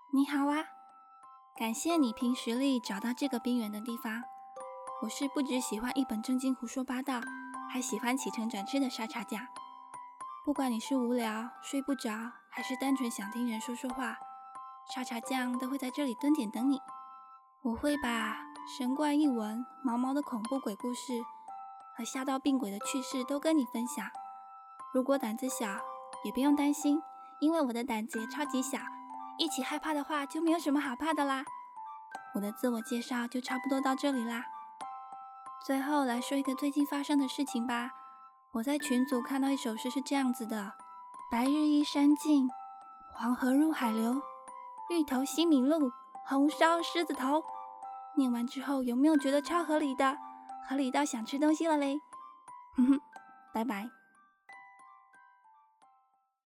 你好啊，感谢你凭实力找到这个边缘的地方。我是不只喜欢一本正经胡说八道，还喜欢起承转合的沙茶酱。不管你是无聊、睡不着，还是单纯想听人说说话，沙茶酱都会在这里蹲点等你。我会把神怪异闻、毛毛的恐怖鬼故事和吓到病鬼的趣事都跟你分享。如果胆子小，也不用担心，因为我的胆子也超级小，一起害怕的话就没有什么好怕的啦。我的自我介绍就差不多到这里啦。最后来说一个最近发生的事情吧。我在群组看到一首诗是这样子的：白日依山尽，黄河入海流，芋头西米露，红烧狮子头。念完之后有没有觉得超合理的？合理到想吃东西了嘞？拜拜。